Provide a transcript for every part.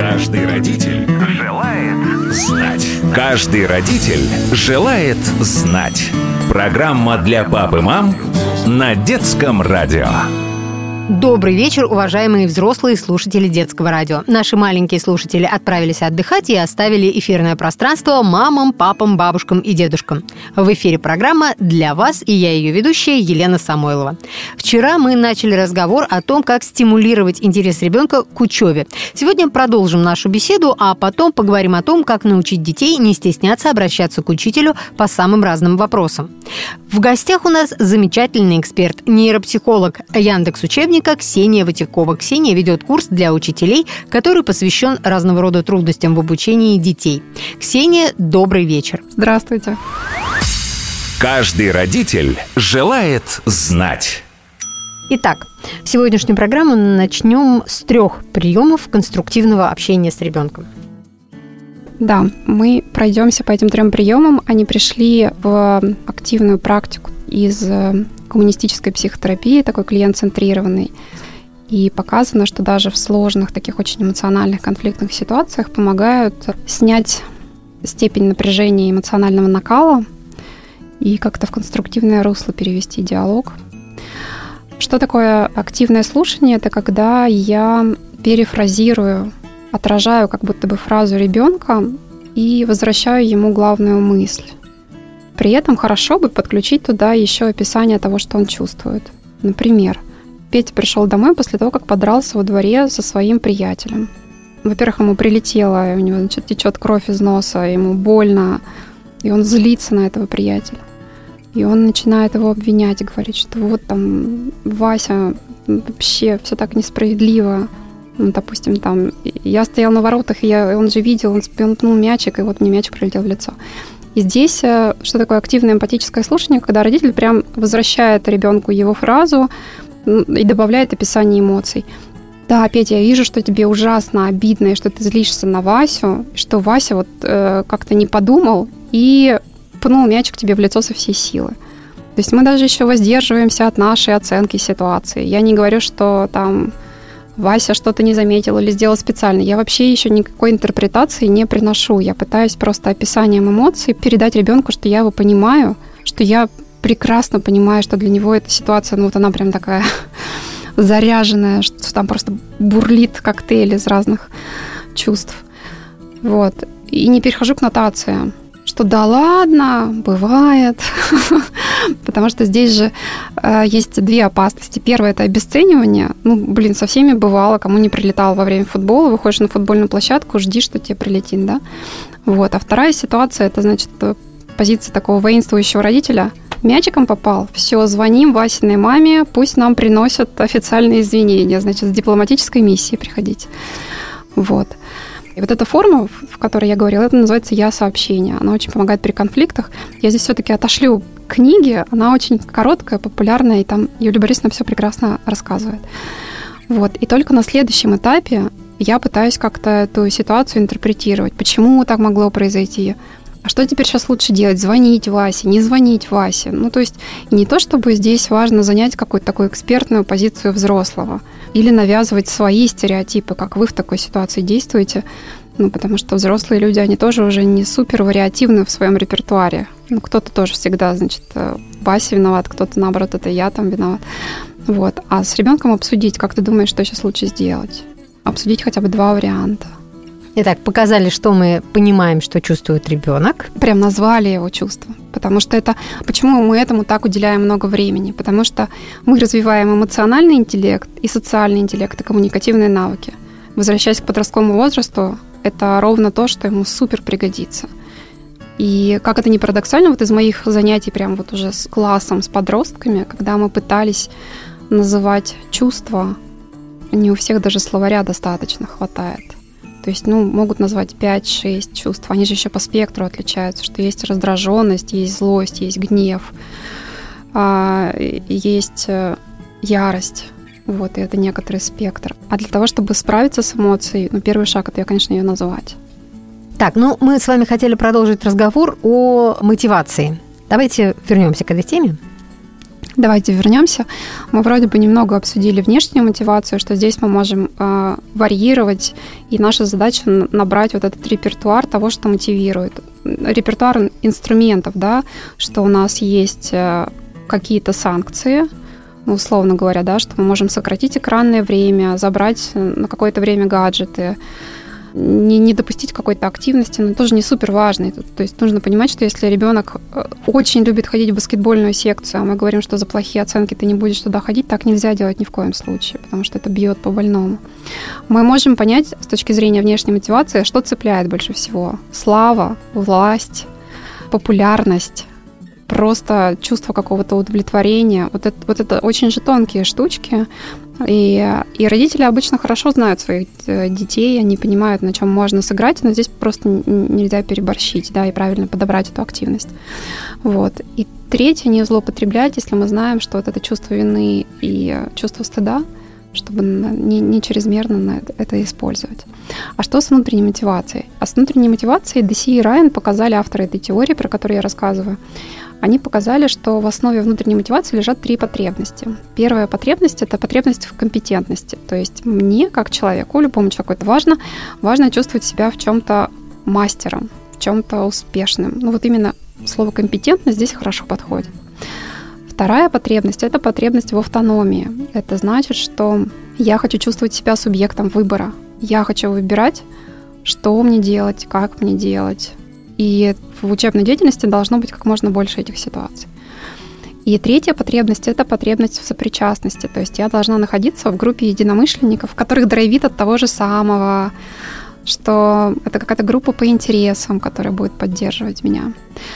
Каждый родитель желает знать. Каждый родитель желает знать. Программа для пап и мам на Детском радио. Добрый вечер, уважаемые взрослые слушатели Детского радио. Наши маленькие слушатели отправились отдыхать и оставили эфирное пространство мамам, папам, бабушкам и дедушкам. В эфире программа «Для вас» и я ее ведущая Елена Самойлова. Вчера мы начали разговор о том, как стимулировать интерес ребенка к учебе. Сегодня продолжим нашу беседу, а потом поговорим о том, как научить детей не стесняться обращаться к учителю по самым разным вопросам. В гостях у нас замечательный эксперт, нейропсихолог Яндекс.Учебника Ксения Ватякова. Ксения ведет курс для учителей, который посвящен разного рода трудностям в обучении детей. Ксения, добрый вечер. Здравствуйте. Каждый родитель желает знать. Итак, сегодняшнюю программу начнем с 3 приемов конструктивного общения с ребенком. Да, мы пройдемся по этим 3 приемам. Они пришли в активную практику из коммунистической психотерапии, такой клиент-центрированный. И показано, что даже в сложных, таких очень эмоциональных, конфликтных ситуациях помогают снять степень напряжения и эмоционального накала и как-то в конструктивное русло перевести диалог. Что такое активное слушание? Это когда я перефразирую, отражаю как будто бы фразу ребенка и возвращаю ему главную мысль. При этом хорошо бы подключить туда еще описание того, что он чувствует. Например, Петя пришел домой после того, как подрался во дворе со своим приятелем. Во-первых, ему прилетело, у него, течет кровь из носа, ему больно, и он злится на этого приятеля. И он начинает его обвинять и говорит, что вот там Вася, вообще все так несправедливо. Ну, допустим, там я стоял на воротах, и он же видел, он пнул мячик, и вот мне мячик прилетел в лицо. И здесь что такое активное эмпатическое слушание, когда родитель прям возвращает ребенку его фразу и добавляет описание эмоций. Да, Петя, я вижу, что тебе ужасно обидно, и что ты злишься на Васю, что Вася вот как-то не подумал и пнул мячик тебе в лицо со всей силы. То есть мы даже еще воздерживаемся от нашей оценки ситуации. Я не говорю, что там Вася что-то не заметил или сделал специально. Я вообще еще никакой интерпретации не приношу. Я пытаюсь просто описанием эмоций передать ребенку, что я его понимаю, что я прекрасно понимаю, что для него эта ситуация, ну вот она прям такая заряженная, что там просто бурлит коктейль из разных чувств. Вот. И не перехожу к нотациям, что да ладно, бывает. Потому что здесь же есть 2 опасности. Первое – это обесценивание. Со всеми бывало, кому не прилетало во время футбола, выходишь на футбольную площадку, жди, что тебе прилетит, да? Вот. А вторая ситуация – это, значит, позиция такого воинствующего родителя. Мячиком попал, все, звоним Васиной маме, пусть нам приносят официальные извинения, значит, с дипломатической миссией приходить. Вот. И вот эта форма, в которой я говорила, это называется «я-сообщение». Она очень помогает при конфликтах. Я здесь все-таки отошлю книги, она очень короткая, популярная, и там Юлия Борисовна все прекрасно рассказывает. Вот. И только на следующем этапе я пытаюсь как-то эту ситуацию интерпретировать. Почему так могло произойти? А что теперь сейчас лучше делать? Звонить Васе, не звонить Васе? То есть не то, чтобы здесь важно занять какую-то такую экспертную позицию взрослого или навязывать свои стереотипы, как вы в такой ситуации действуете, потому что взрослые люди, они тоже уже не супер вариативны в своем репертуаре. Кто-то тоже всегда, значит, Вася виноват, кто-то, наоборот, это я там виноват. Вот. А с ребенком обсудить, как ты думаешь, что сейчас лучше сделать? Обсудить хотя бы 2 варианта. Итак, показали, что мы понимаем, что чувствует ребенок. Прям назвали его чувства. Потому что почему мы этому так уделяем много времени? Потому что мы развиваем эмоциональный интеллект и социальный интеллект, и коммуникативные навыки. Возвращаясь к подростковому возрасту, это ровно то, что ему супер пригодится. И как это ни парадоксально, вот из моих занятий прям вот уже с классом, с подростками, когда мы пытались называть чувства, не у всех даже словаря достаточно хватает. То есть, могут назвать 5-6 чувств. Они же еще по спектру отличаются, что есть раздраженность, есть злость, есть гнев, есть ярость. Вот, и это некоторый спектр. А для того, чтобы справиться с эмоцией, первый шаг – это, конечно, ее назвать. Так, мы с вами хотели продолжить разговор о мотивации. Давайте вернемся к этой теме. Давайте вернемся. Мы вроде бы немного обсудили внешнюю мотивацию, что здесь мы можем варьировать, и наша задача набрать вот этот репертуар того, что мотивирует. Репертуар инструментов, да, что у нас есть какие-то санкции, условно говоря, да, что мы можем сократить экранное время, забрать на какое-то время гаджеты, не допустить какой-то активности, но тоже не супер важный. То есть нужно понимать, что если ребенок очень любит ходить в баскетбольную секцию, а мы говорим, что за плохие оценки ты не будешь туда ходить, так нельзя делать ни в коем случае, потому что это бьет по больному. Мы можем понять с точки зрения внешней мотивации, что цепляет больше всего. Слава, власть, популярность, просто чувство какого-то удовлетворения. Вот это очень же тонкие штучки. И родители обычно хорошо знают своих детей, они понимают, на чем можно сыграть, но здесь просто нельзя переборщить, да, и правильно подобрать эту активность. Вот. И третье, не злоупотреблять, если мы знаем, что вот это чувство вины и чувство стыда, чтобы не чрезмерно это использовать. А что с внутренней мотивацией? А с внутренней мотивацией Деси и Райан показали, авторы этой теории, про которую я рассказываю, они показали, что в основе внутренней мотивации лежат 3 потребности. Первая потребность – это потребность в компетентности. То есть мне, как человеку, любому человеку это важно чувствовать себя в чем-то мастером, в чем-то успешным. Ну вот именно слово «компетентность» здесь хорошо подходит. Вторая потребность – это потребность в автономии. Это значит, что я хочу чувствовать себя субъектом выбора. Я хочу выбирать, что мне делать, как мне делать. И в учебной деятельности должно быть как можно больше этих ситуаций. И третья потребность – это потребность в сопричастности. То есть я должна находиться в группе единомышленников, которых драйвит от того же самого, что это какая-то группа по интересам, которая будет поддерживать меня.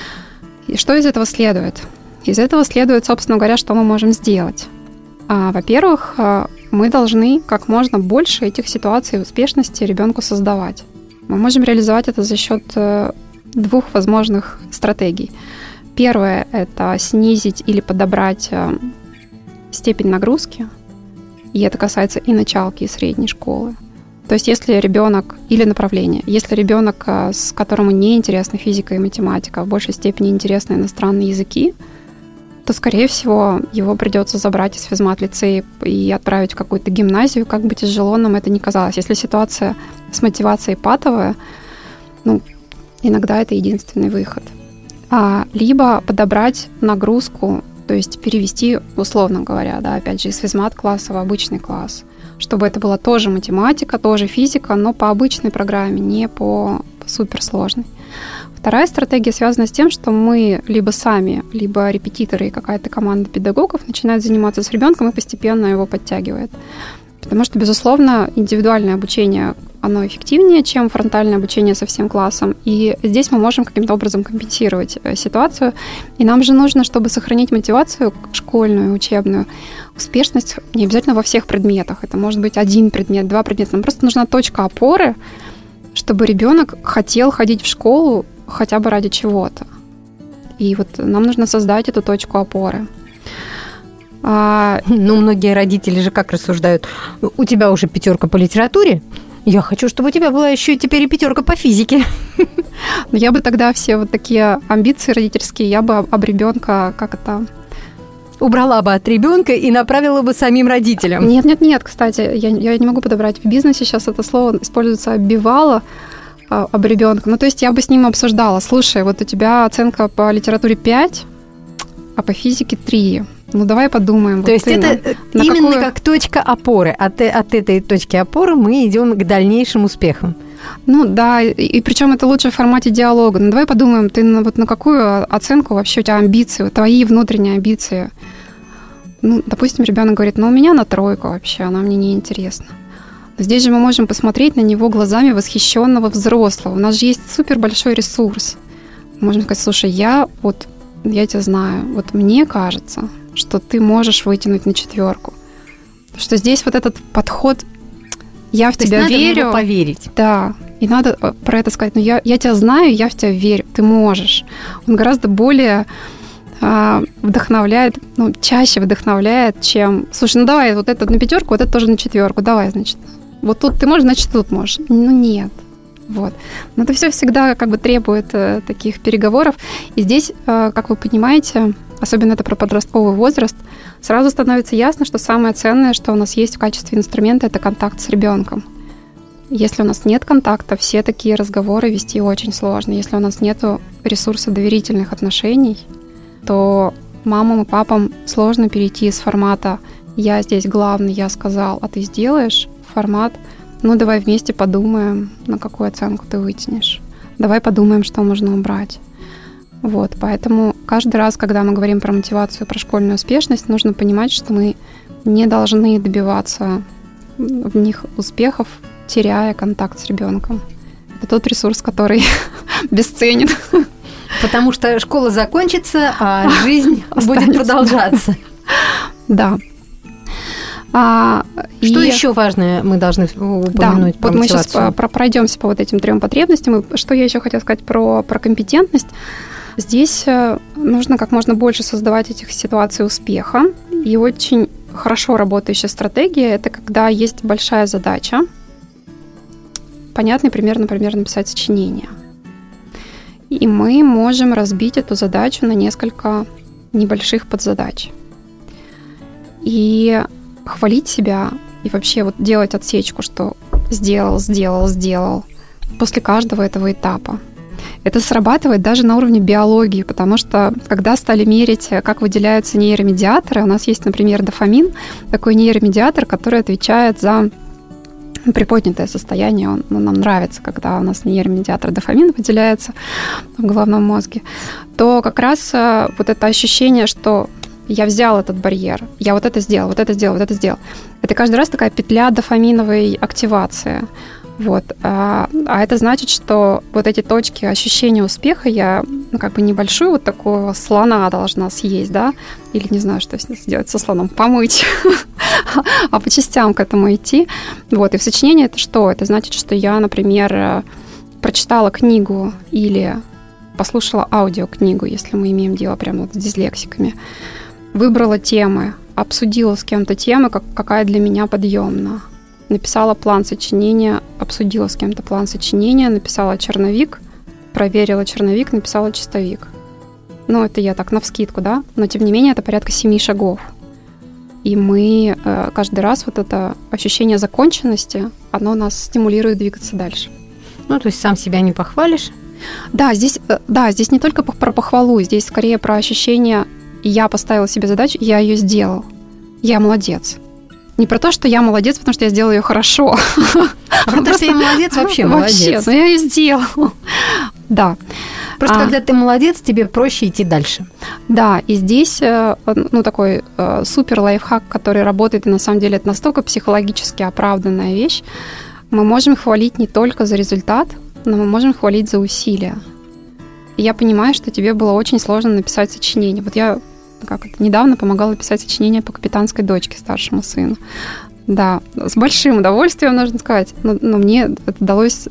И что из этого следует? Из этого следует, собственно говоря, что мы можем сделать. Во-первых, мы должны как можно больше этих ситуаций успешности ребенку создавать. Мы можем реализовать это за счет 2 возможных стратегий. Первое – это снизить или подобрать степень нагрузки. И это касается и началки, и средней школы. То есть если ребенок, или направление, если ребенок, с которому не интересна физика и математика, в большей степени интересны иностранные языки, то, скорее всего, его придется забрать из физмат-лицея и отправить в какую-то гимназию, как бы тяжело нам это ни казалось. Если ситуация с мотивацией патовая, иногда это единственный выход. Либо подобрать нагрузку, то есть перевести, условно говоря, да, опять же, из физмат-класса в обычный класс, чтобы это была тоже математика, тоже физика, но по обычной программе, не по суперсложной. Вторая стратегия связана с тем, что мы либо сами, либо репетиторы и какая-то команда педагогов начинают заниматься с ребенком и постепенно его подтягивает. Потому что, безусловно, индивидуальное обучение, оно эффективнее, чем фронтальное обучение со всем классом. И здесь мы можем каким-то образом компенсировать ситуацию. И нам же нужно, чтобы сохранить мотивацию школьную, учебную, успешность не обязательно во всех предметах. Это может быть 1 предмет, 2 предмета. Нам просто нужна точка опоры, чтобы ребенок хотел ходить в школу хотя бы ради чего-то. И вот нам нужно создать эту точку опоры. Многие родители же как рассуждают: у тебя уже 5 по литературе, я хочу, чтобы у тебя была еще теперь и 5 по физике. Но я бы тогда все вот такие амбиции родительские, я бы об ребенка убрала бы от ребенка и направила бы самим родителям. Нет, кстати, я не могу подобрать. В бизнесе сейчас это слово используется оббивало об ребенка. То есть я бы с ним обсуждала: слушай, вот у тебя оценка по литературе 5, а по физике 3. Давай подумаем. То есть это именно как точка опоры. От этой точки опоры мы идем к дальнейшим успехам. Да, и причем это лучше в формате диалога. Давай подумаем, ты на какую оценку вообще у тебя амбиции, твои внутренние амбиции. Допустим, ребенок говорит: у меня на 3 вообще, она мне не интересна. Здесь же мы можем посмотреть на него глазами восхищенного взрослого. У нас же есть супер большой ресурс. Мы можем сказать: слушай, я тебя знаю, мне кажется, что ты можешь вытянуть на 4. Что здесь вот этот подход: я в тебя верю. Надо поверить. Да, и надо про это сказать: я тебя знаю, я в тебя верю, ты можешь. Он гораздо более вдохновляет, чаще вдохновляет, чем: слушай, давай вот это на 5, вот это тоже на 4, давай, значит. Вот тут ты можешь, значит, тут можешь. Нет. Вот. Но это все всегда требует таких переговоров. И здесь, как вы понимаете, особенно это про подростковый возраст, сразу становится ясно, что самое ценное, что у нас есть в качестве инструмента, это контакт с ребенком. Если у нас нет контакта, все такие разговоры вести очень сложно. Если у нас нет ресурса доверительных отношений, то мамам и папам сложно перейти из формата «я здесь главный, я сказал, а ты сделаешь» в формат «ну давай вместе подумаем, на какую оценку ты вытянешь. Давай подумаем, что можно убрать». Вот, поэтому каждый раз, когда мы говорим про мотивацию, про школьную успешность, нужно понимать, что мы не должны добиваться в них успехов, теряя контакт с ребенком. Это тот ресурс, который бесценен. Потому что школа закончится, а жизнь будет продолжаться. Да. Что еще важное мы должны упомянуть про мотивацию? Мы сейчас пройдемся по вот этим 3 потребностям. Что я еще хотела сказать про компетентность. Здесь нужно как можно больше создавать этих ситуаций успеха. И очень хорошо работающая стратегия – это когда есть большая задача. Понятный пример, например, написать сочинение. И мы можем разбить эту задачу на несколько небольших подзадач. И хвалить себя, и вообще вот делать отсечку, что сделал после каждого этого этапа. Это срабатывает даже на уровне биологии, потому что когда стали мерить, как выделяются нейромедиаторы, у нас есть, например, дофамин, такой нейромедиатор, который отвечает за приподнятое состояние. Нам нравится, когда у нас нейромедиатор дофамин выделяется в головном мозге, то как раз вот это ощущение, что я взял этот барьер, я вот это сделал. Это каждый раз такая петля дофаминовой активации. Вот. А это значит, что вот эти точки ощущения успеха я как бы небольшую вот такого слона должна съесть, да, или не знаю, что сделать со слоном, помыть, а по частям к этому идти. Вот. И в сочинении это что? Это значит, что я, например, прочитала книгу или послушала аудиокнигу, если мы имеем дело прямо вот с дислексиками, выбрала темы, обсудила с кем-то темы, какая для меня подъемна. Написала план сочинения, обсудила с кем-то план сочинения, написала черновик, проверила черновик, написала чистовик. Ну, это я так навскидку, да? Но, тем не менее, это порядка 7 шагов. И мы каждый раз вот это ощущение законченности, оно нас стимулирует двигаться дальше. Ну, то есть сам себя не похвалишь? Да, здесь не только про похвалу, здесь скорее про ощущение «я поставила себе задачу, я ее сделал, я молодец». Не про то, что я молодец, потому что я сделала ее хорошо. А про то, что я молодец, вообще молодец. Но я ее сделала. Да. Просто когда ты молодец, тебе проще идти дальше. Да, и здесь такой супер лайфхак, который работает, и на самом деле это настолько психологически оправданная вещь. Мы можем хвалить не только за результат, но мы можем хвалить за усилия. И я понимаю, что тебе было очень сложно написать сочинение. Вот я недавно помогала писать сочинение по «Капитанской дочке», старшему сыну. Да, с большим удовольствием, нужно сказать. Но мне это далось,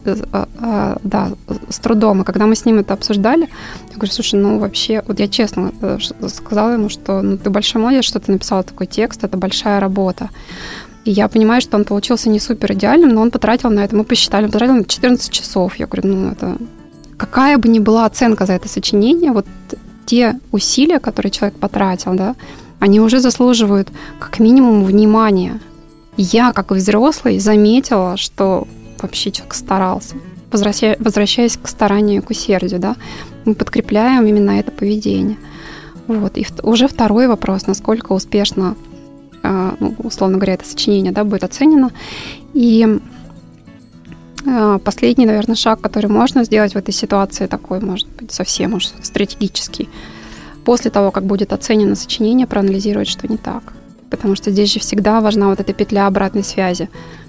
с трудом. И когда мы с ним это обсуждали, я говорю, слушай, вообще, вот я честно сказала ему, что ты большой молодец, что ты написала такой текст, это большая работа. И я понимаю, что он получился не супер идеальным, но он потратил на это, мы посчитали, он потратил на 14 часов. Я говорю, это... Какая бы ни была оценка за это сочинение, вот те усилия, которые человек потратил, да, они уже заслуживают как минимум внимания. Я, как взрослый, заметила, что вообще человек старался. Возвращаясь к старанию, к усердию, да, мы подкрепляем именно это поведение. Вот. И уже второй вопрос, насколько успешно, условно говоря, это сочинение, да, будет оценено. И последний, наверное, шаг, который можно сделать в этой ситуации, такой, может быть, совсем уж стратегический, после того, как будет оценено сочинение, проанализировать, что не так. Потому что здесь же всегда важна вот эта петля обратной связи.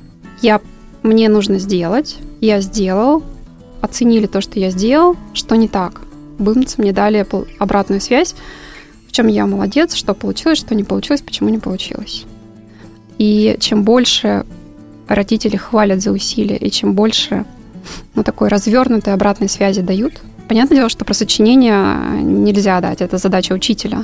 Мне нужно сделать, я сделал, оценили то, что я сделал, что не так. Бымц, мне дали обратную связь, в чем я молодец, что получилось, что не получилось, почему не получилось. И чем больше родители хвалят за усилия, и чем больше такой развернутой обратной связи дают. Понятное дело, что про сочинение нельзя дать, это задача учителя.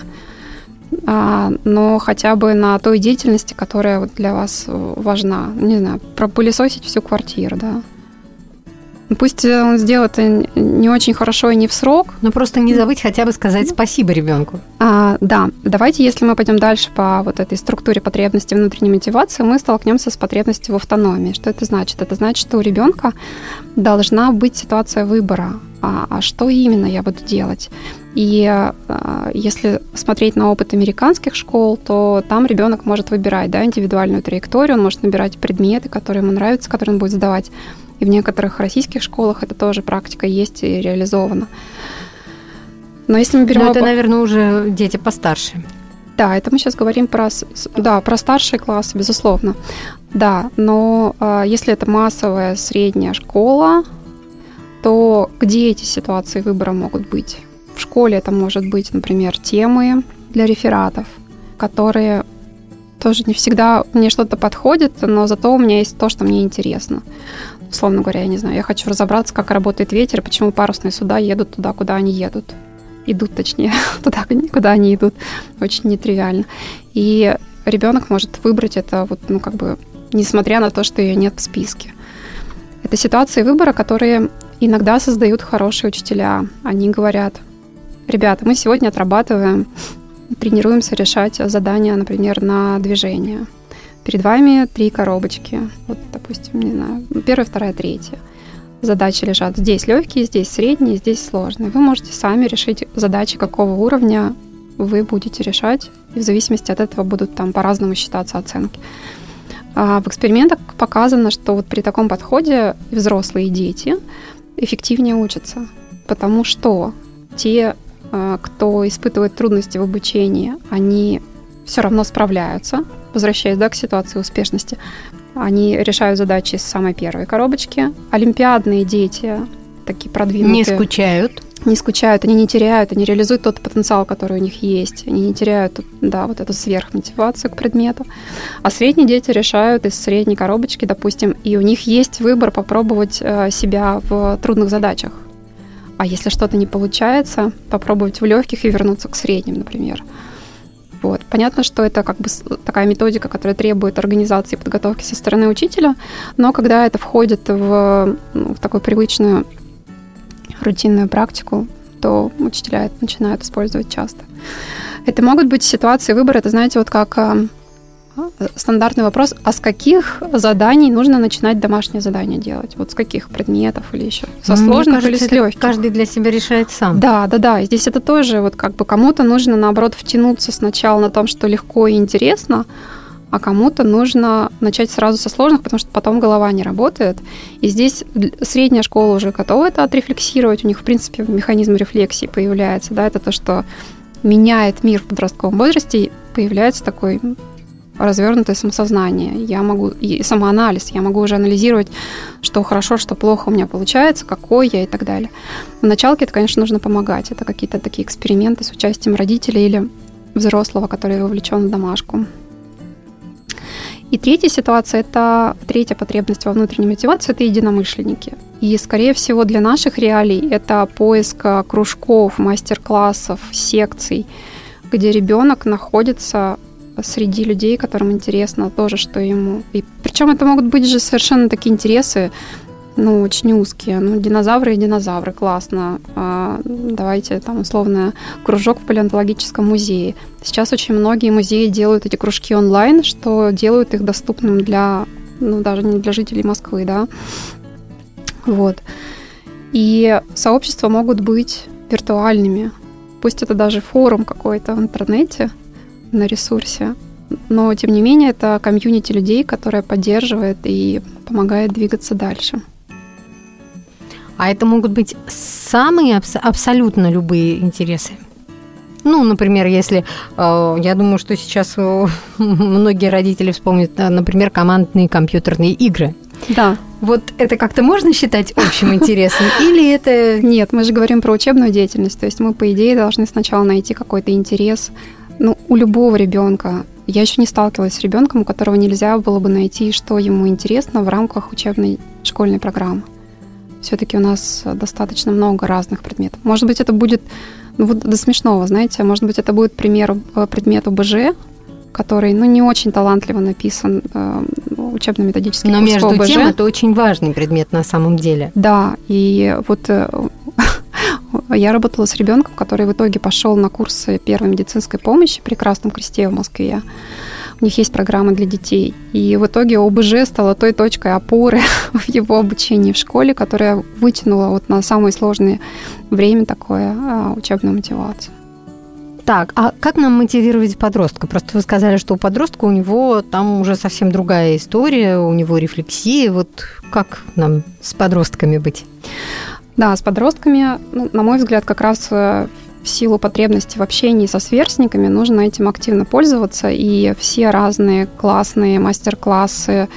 Но хотя бы на той деятельности, которая вот для вас важна. Не знаю, пропылесосить всю квартиру, да. Пусть он сделает это не очень хорошо и не в срок. Но просто не забыть хотя бы сказать спасибо ребенку. Да, давайте, если мы пойдем дальше по вот этой структуре потребностей внутренней мотивации, мы столкнемся с потребностью в автономии. Что это значит? Это значит, что у ребенка должна быть ситуация выбора. А что именно я буду делать? И если смотреть на опыт американских школ, то там ребенок может выбирать, да, индивидуальную траекторию, он может набирать предметы, которые ему нравятся, которые он будет сдавать. И в некоторых российских школах это тоже практика есть и реализована. Но если мы берем... Но это, наверное, уже дети постарше. Да, это мы сейчас говорим про старшие классы, безусловно. Да, но если это массовая средняя школа, то где эти ситуации выбора могут быть? В школе это может быть, например, темы для рефератов, которые тоже не всегда мне что-то подходит, но зато у меня есть то, что мне интересно. Условно говоря, я не знаю, я хочу разобраться, как работает ветер, почему парусные суда едут туда, куда они едут. Идут, точнее, туда, куда они идут. Очень нетривиально. И ребенок может выбрать это, несмотря на то, что ее нет в списке. Это ситуации выбора, которые иногда создают хорошие учителя. Они говорят: ребята, мы сегодня тренируемся решать задания, например, на движение. Перед вами 3 коробочки. Вот, допустим, не знаю, 1, 2, 3. Задачи лежат здесь легкие, здесь средние, здесь сложные. Вы можете сами решить задачи, какого уровня вы будете решать, и в зависимости от этого будут там по-разному считаться оценки. А в экспериментах показано, что вот при таком подходе взрослые и дети эффективнее учатся, потому что те, кто испытывает трудности в обучении, они все равно справляются, возвращаясь, к ситуации успешности. Они решают задачи из самой первой коробочки. Олимпиадные дети, такие продвинутые, не скучают, они не теряют, они реализуют тот потенциал, который у них есть. Они не теряют, вот эту сверхмотивацию к предмету. А средние дети решают из средней коробочки, допустим, и у них есть выбор попробовать себя в трудных задачах. А если что-то не получается, попробовать в легких и вернуться к средним, например. Вот. Понятно, что это такая методика, которая требует организации и подготовки со стороны учителя, но когда это входит в такую привычную рутинную практику, то учителя это начинают использовать часто. Это могут быть ситуации выбора, это, знаете, как стандартный вопрос: а с каких заданий нужно начинать домашнее задание делать? Вот с каких предметов или еще? Со сложных или с легких? Каждый для себя решает сам. Да. И здесь это тоже кому-то нужно, наоборот, втянуться сначала на том, что легко и интересно, а кому-то нужно начать сразу со сложных, потому что потом голова не работает. И здесь средняя школа уже готова это отрефлексировать. У них, в принципе, механизм рефлексии появляется. Да, это то, что меняет мир в подростковом возрасте, и появляется такой развернутое самосознание, и самоанализ, я могу уже анализировать, что хорошо, что плохо у меня получается, какой я и так далее. В началке это, конечно, нужно помогать. Это какие-то такие эксперименты с участием родителей или взрослого, который вовлечен в домашку. И третья потребность во внутренней мотивации – это единомышленники. И, скорее всего, для наших реалий это поиск кружков, мастер-классов, секций, где ребенок находится среди людей, которым интересно тоже, что ему. И причем это могут быть же совершенно такие интересы, очень узкие. Динозавры, классно. Давайте условно кружок в палеонтологическом музее. Сейчас очень многие музеи делают эти кружки онлайн, что делают их доступным для, даже не для жителей Москвы, да. Вот. И сообщества могут быть виртуальными. Пусть это даже форум какой-то в интернете, на ресурсе, но, тем не менее, это комьюнити людей, которое поддерживает и помогает двигаться дальше. А это могут быть самые абсолютно любые интересы? Например, если, я думаю, что сейчас многие родители вспомнят, например, командные компьютерные игры. Да. Вот это как-то можно считать общим интересом? Или это... Нет, мы же говорим про учебную деятельность, то есть мы, по идее, должны сначала найти какой-то интерес. У любого ребенка. Я еще не сталкивалась с ребенком, у которого нельзя было бы найти, что ему интересно в рамках учебной школьной программы. Все-таки у нас достаточно много разных предметов. Может быть, это будет до смешного, знаете, может быть, это будет пример предмета ОБЖ, который, не очень талантливо написан, учебно-методический курс. Но между по ОБЖ. тем, это очень важный предмет на самом деле. Да, и вот я работала с ребенком, который в итоге пошел на курсы первой медицинской помощи при Красном Кресте в Москве. У них есть программа для детей. И в итоге ОБЖ стала той точкой опоры в его обучении в школе, которая вытянула вот на самое сложное время такое учебную мотивацию. Так, а как нам мотивировать подростка? Просто вы сказали, что у подростка у него там уже совсем другая история, у него рефлексия. Вот как нам с подростками быть? Да, с подростками, на мой взгляд, как раз в силу потребности в общении со сверстниками нужно этим активно пользоваться. И все разные классные мастер-классы,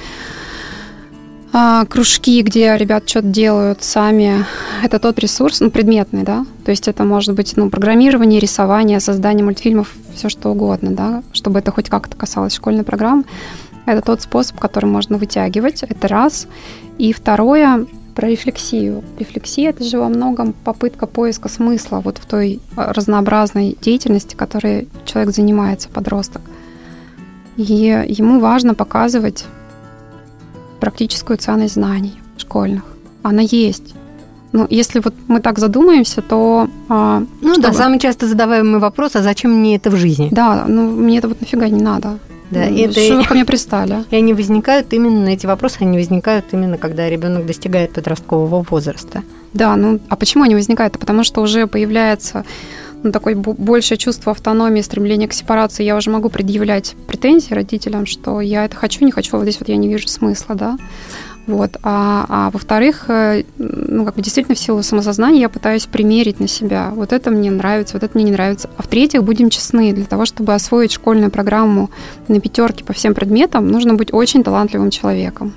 кружки, где ребят что-то делают сами, это тот ресурс, предметный, да, то есть это может быть, программирование, рисование, создание мультфильмов, все что угодно, да, чтобы это хоть как-то касалось школьной программы. Это тот способ, которым можно вытягивать, это раз. И второе, про рефлексию. Рефлексия – это же во многом попытка поиска смысла вот в той разнообразной деятельности, которой человек занимается, подросток. И ему важно показывать практическую ценность знаний школьных. Она есть. Но если вот мы так задумаемся, то... Да, самый часто задаваемый вопрос, а зачем мне это в жизни? Да, мне это вот нафига не надо. Да, что вы ко мне пристали? И они возникают именно, эти вопросы, они возникают именно, когда ребенок достигает подросткового возраста. Да, а почему они возникают? Потому что уже появляется такое большее чувство автономии, стремление к сепарации. Я уже могу предъявлять претензии родителям, что я это хочу, не хочу, вот здесь вот я не вижу смысла, да. Вот. А во-вторых, действительно в силу самосознания я пытаюсь примерить на себя. Вот это мне нравится, вот это мне не нравится. А в-третьих, будем честны, для того, чтобы освоить школьную программу на 5 по всем предметам, нужно быть очень талантливым человеком.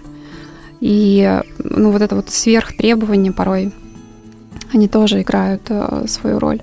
И вот это вот сверхтребования порой, они тоже играют свою роль.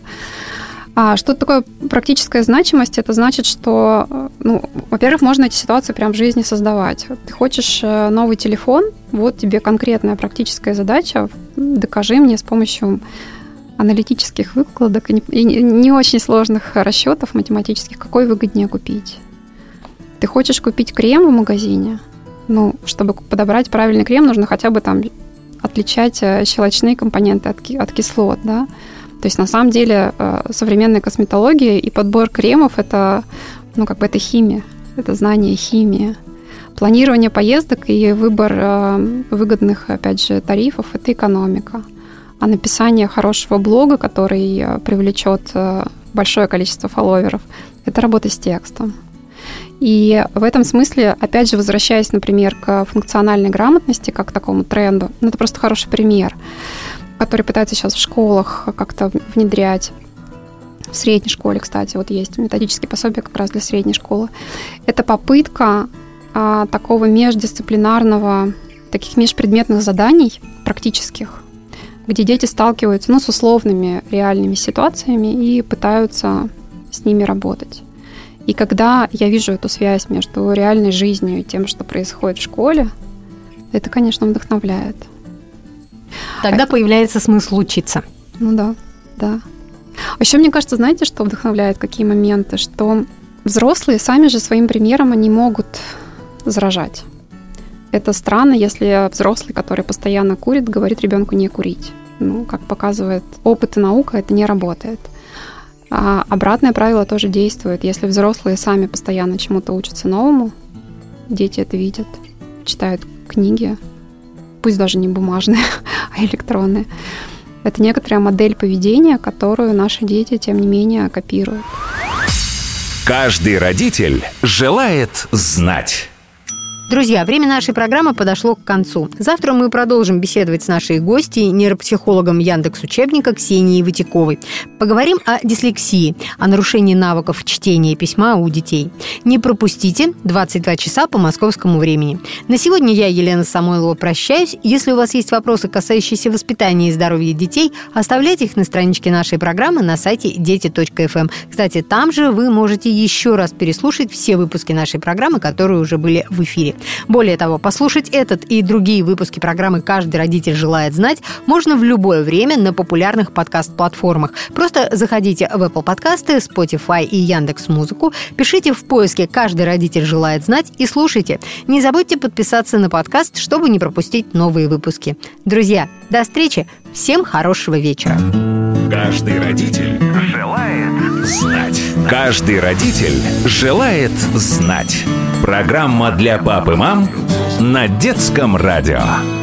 А что такое практическая значимость? Это значит, что, во-первых, можно эти ситуации прямо в жизни создавать. Ты хочешь новый телефон, вот тебе конкретная практическая задача, докажи мне с помощью аналитических выкладок и не очень сложных расчетов математических, какой выгоднее купить. Ты хочешь купить крем в магазине, чтобы подобрать правильный крем, нужно хотя бы там отличать щелочные компоненты от кислот, да. То есть, на самом деле, современная косметология и подбор кремов – это, это химия, это знание химии. Планирование поездок и выбор выгодных, опять же, тарифов – это экономика. А написание хорошего блога, который привлечет большое количество фолловеров – это работа с текстом. И в этом смысле, опять же, возвращаясь, например, к функциональной грамотности, как к такому тренду, это просто хороший пример, который пытаются сейчас в школах как-то внедрять. В средней школе, кстати, вот есть методические пособия как раз для средней школы. Это попытка такого междисциплинарного, таких межпредметных заданий практических, где дети сталкиваются с условными реальными ситуациями и пытаются с ними работать. И когда я вижу эту связь между реальной жизнью и тем, что происходит в школе, это, конечно, вдохновляет. Тогда появляется смысл учиться. Да. А еще, мне кажется, знаете, что вдохновляет, какие моменты? Что взрослые сами же своим примером они могут заражать. Это странно, если взрослый, который постоянно курит, говорит ребенку не курить. Как показывает опыт и наука, это не работает. А обратное правило тоже действует. Если взрослые сами постоянно чему-то учатся новому, дети это видят, читают книги, пусть даже не бумажные, а электронные. Это некоторая модель поведения, которую наши дети, тем не менее, копируют. Каждый родитель желает знать. Друзья, время нашей программы подошло к концу. Завтра мы продолжим беседовать с нашей гостьей, нейропсихологом Яндекс.Учебника Ксенией Ватяковой. Поговорим о дислексии, о нарушении навыков чтения и письма у детей. Не пропустите 22 часа по московскому времени. На сегодня я, Елена Самойлова, прощаюсь. Если у вас есть вопросы, касающиеся воспитания и здоровья детей, оставляйте их на страничке нашей программы на сайте дети.фм. Кстати, там же вы можете еще раз переслушать все выпуски нашей программы, которые уже были в эфире. Более того, послушать этот и другие выпуски программы «Каждый родитель желает знать» можно в любое время на популярных подкаст-платформах. Просто заходите в Apple подкасты, Spotify и Яндекс.Музыку, пишите в поиске «Каждый родитель желает знать» и слушайте. Не забудьте подписаться на подкаст, чтобы не пропустить новые выпуски. Друзья, до встречи! Всем хорошего вечера! Каждый родитель желает знать. Каждый родитель желает знать. Программа для пап и мам на Детском радио.